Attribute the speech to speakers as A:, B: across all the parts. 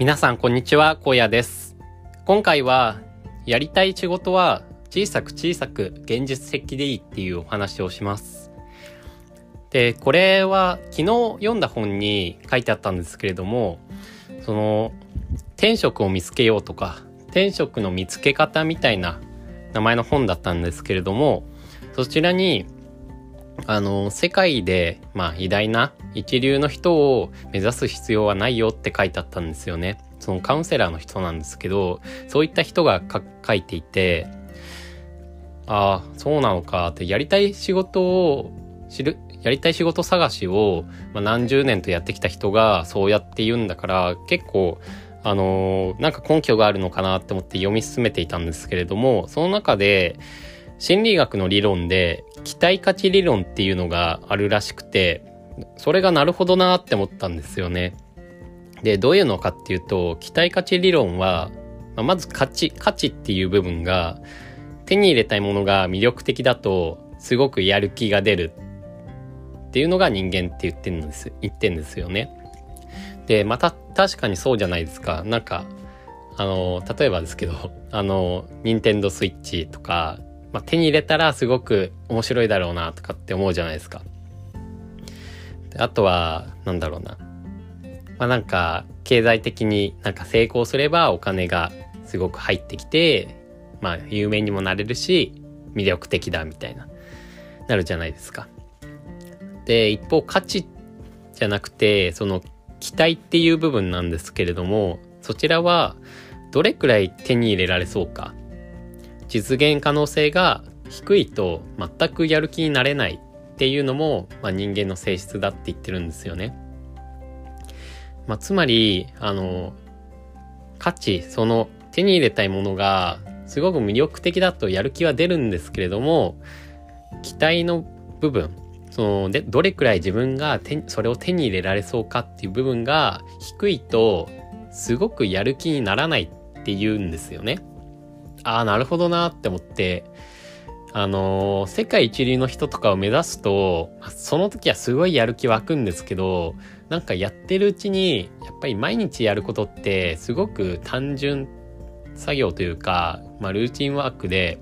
A: 皆さんこんにちは、荒野です。今回はやりたい仕事は小さく小さく現実的でいいっていうお話をします。で、これは昨日読んだ本に書いてあったんですけれども、転職を見つけようとか転職の見つけ方みたいな名前の本だったんですけれども、そちらに世界で偉大な一流の人を目指す必要はないよって書いてあったんですよね。そのカウンセラーの人なんですけど、そういった人が書いていて、ああそうなのかって、やりたい仕事探しを、何十年とやってきた人がそうやって言うんだから、結構なんか根拠があるのかなって思って読み進めていたんですけれども、その中で心理学の理論で期待価値理論っていうのがあるらしくて、それがなるほどなって思ったんですよね。で、どういうのかっていうと、期待価値理論は、まず価値っていう部分が、手に入れたいものが魅力的だとすごくやる気が出るっていうのが人間って言ってんですよね。で、確かにそうじゃないですか。なんか例えばですけど、任天堂スイッチとか、手に入れたらすごく面白いだろうなとかって思うじゃないですか。あとはなんだろうな、なんか経済的になんか成功すればお金がすごく入ってきて、有名にもなれるし魅力的だみたいなるじゃないですか。で、一方価値じゃなくてその期待っていう部分なんですけれども、そちらはどれくらい手に入れられそうか、実現可能性が低いと全くやる気になれないっていうのも、人間の性質だって言ってるんですよね。つまり価値、その手に入れたいものがすごく魅力的だとやる気は出るんですけれども、期待の部分、でどれくらい自分がそれを手に入れられそうかっていう部分が低いとすごくやる気にならないっていうんですよね。なるほどなって思って、世界一流の人とかを目指すと、その時はすごいやる気湧くんですけど、なんかやってるうちにやっぱり毎日やることってすごく単純作業というか、ルーチンワークで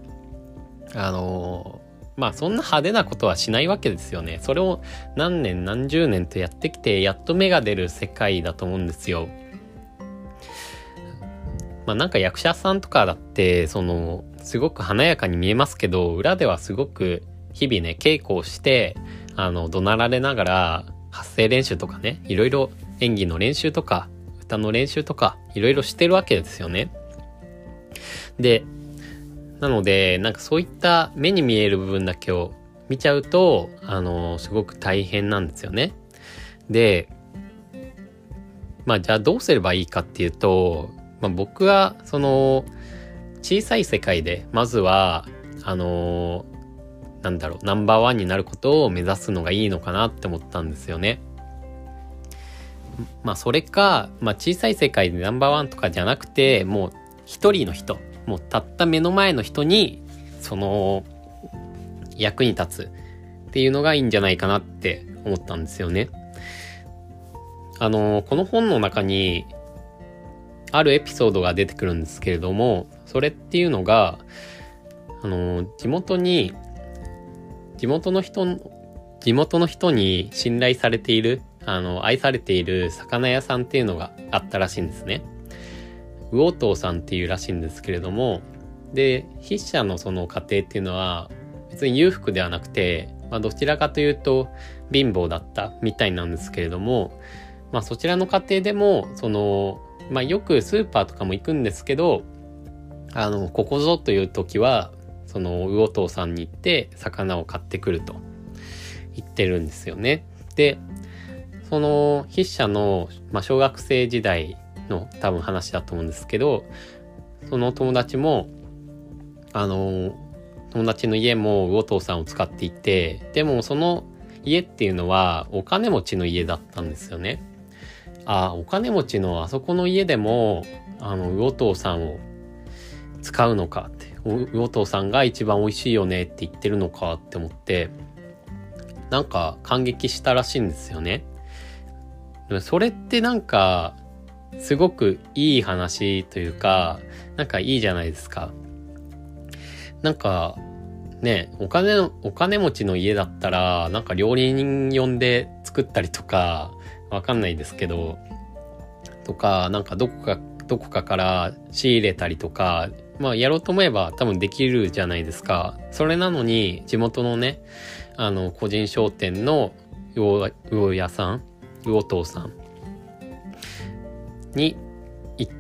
A: そんな派手なことはしないわけですよね。それを何年何十年とやってきてやっと芽が出る世界だと思うんですよ。なんか役者さんとかだってすごく華やかに見えますけど、裏ではすごく日々ね稽古をして怒鳴られながら発声練習とかね、いろいろ演技の練習とか歌の練習とかいろいろしてるわけですよね。で、なのでなんかそういった目に見える部分だけを見ちゃうとすごく大変なんですよね。で、じゃあどうすればいいかっていうと、僕は小さい世界でまずはナンバーワンになることを目指すのがいいのかなって思ったんですよね。それか、小さい世界でナンバーワンとかじゃなくて、もう一人の人、もうたった目の前の人に役に立つっていうのがいいんじゃないかなって思ったんですよね。この本の中にあるエピソードが出てくるんですけれども、それっていうのが地元の人に信頼されている愛されている魚屋さんっていうのがあったらしいんですね。魚藤さんっていうらしいんですけれども、で筆者のその家庭っていうのは別に裕福ではなくて、どちらかというと貧乏だったみたいなんですけれども、そちらの家庭でもよくスーパーとかも行くんですけど、ここぞという時は魚藤さんに行って魚を買ってくると言ってるんですよね。で、その筆者の、小学生時代の多分話だと思うんですけど、その友達も友達の家も魚藤さんを使っていて、でもその家っていうのはお金持ちの家だったんですよね。お金持ちのあそこの家でも魚藤さんを使うのかって、魚藤さんが一番美味しいよねって言ってるのかって思って、なんか感激したらしいんですよね。それってなんかすごくいい話というか、なんかいいじゃないですか。なんかね、お金持ちの家だったら、なんか料理人呼んで作ったりとか、わかんないですけど、とか、なんかどこかから仕入れたりとか、まあやろうと思えば多分できるじゃないですか。それなのに、地元のね、個人商店の魚屋さん、魚藤さんに行って、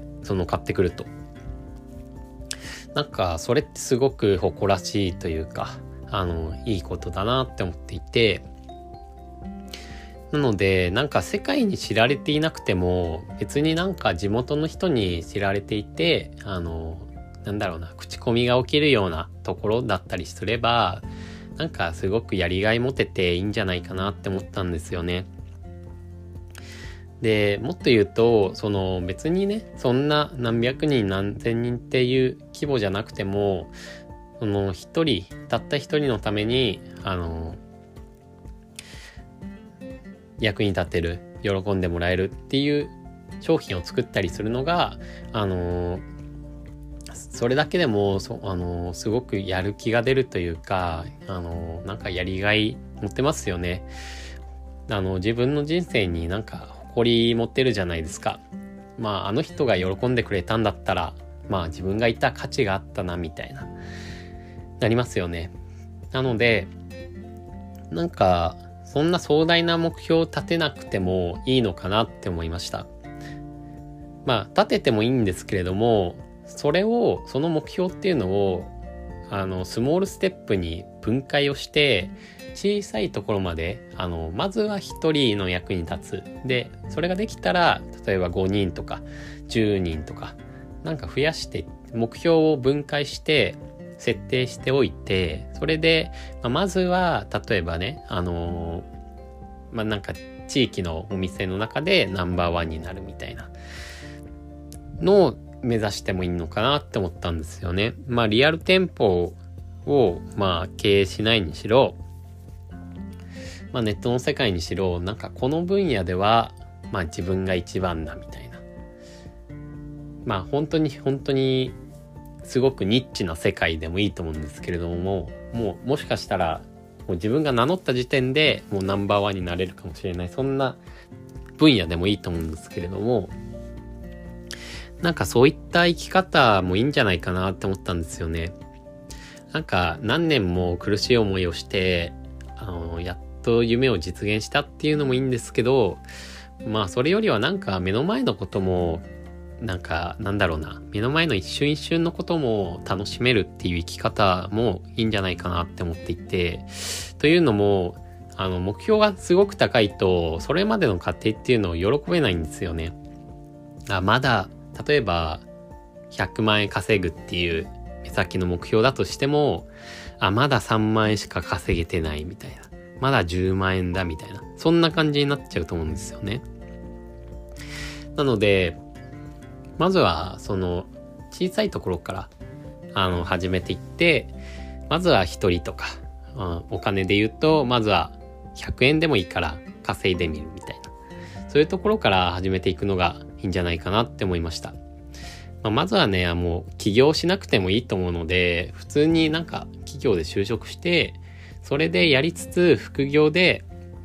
A: 買ってくると。なんかそれってすごく誇らしいというか、いいことだなって思っていて、なのでなんか世界に知られていなくても別になんか地元の人に知られていて、なんだろうな、口コミが起きるようなところだったりすれば、なんかすごくやりがい持てていいんじゃないかなって思ったんですよね。で、もっと言うと、別にね、そんな何百人何千人っていう規模じゃなくても、たった一人のために、役に立てる、喜んでもらえるっていう商品を作ったりするのが、それだけでもすごくやる気が出るというか、なんかやりがい持てますよね。自分の人生になんか誇り持ってるじゃないですか。まああの人が喜んでくれたんだったら、まあ自分がいた価値があったなみたいなりますよね。なのでなんかそんな壮大な目標を立てなくてもいいのかなって思いました。まあ立ててもいいんですけれども、その目標っていうのをスモールステップに分解をして小さいところまでまずは1人の役に立つ。でそれができたら例えば5人とか10人とかなんか増やして目標を分解して設定しておいて、それで、まずは例えばねなんか地域のお店の中でナンバーワンになるみたいなのを目指してもいいのかなって思ったんですよね。まあリアル店舗を経営しないにしろ、ネットの世界にしろ、なんかこの分野では自分が一番だみたいな、本当にすごくニッチな世界でもいいと思うんですけれども、もしかしたらもう自分が名乗った時点でもうナンバーワンになれるかもしれない、そんな分野でもいいと思うんですけれども、なんかそういった生き方もいいんじゃないかなって思ったんですよね。なんか何年も苦しい思いをしてやっと夢を実現したっていうのもいいんですけど、それよりはなんか目の前のことも目の前の一瞬一瞬のことも楽しめるっていう生き方もいいんじゃないかなって思っていて、というのも目標がすごく高いとそれまでの過程っていうのを喜べないんですよね。まだ例えば100万円稼ぐっていう目先の目標だとしても、まだ3万円しか稼げてないみたいな、まだ10万円だみたいな、そんな感じになっちゃうと思うんですよね。なのでまずは小さいところから始めていって、まずは1人とか、お金で言うとまずは100円でもいいから稼いでみるみたいな、そういうところから始めていくのがいいんじゃないかなって思いました。まずはね、もう起業しなくてもいいと思うので、普通になんか企業で就職して、それでやりつつ副業で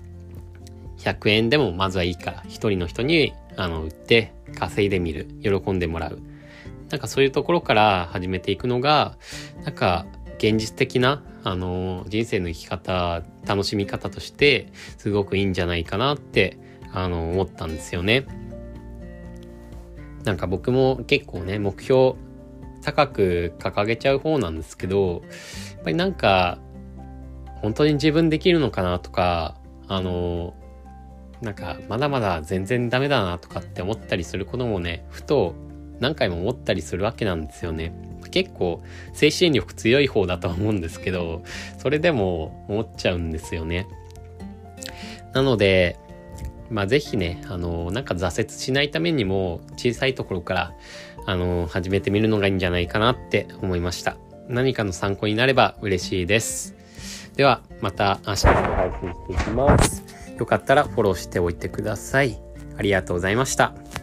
A: 100円でもまずはいいから一人の人に売って稼いでみる、喜んでもらう、なんかそういうところから始めていくのがなんか現実的な人生の生き方、楽しみ方としてすごくいいんじゃないかなって思ったんですよね。なんか僕も結構ね、目標高く掲げちゃう方なんですけど、やっぱりなんか本当に自分できるのかなとか、なんかまだまだ全然ダメだなとかって思ったりすることもね、ふと何回も思ったりするわけなんですよね。結構精神力強い方だと思うんですけど、それでも思っちゃうんですよね。なのでぜひね、なんか挫折しないためにも小さいところから始めてみるのがいいんじゃないかなって思いました。何かの参考になれば嬉しいです。ではまた明日も配信していきます。よかったらフォローしておいてください。ありがとうございました。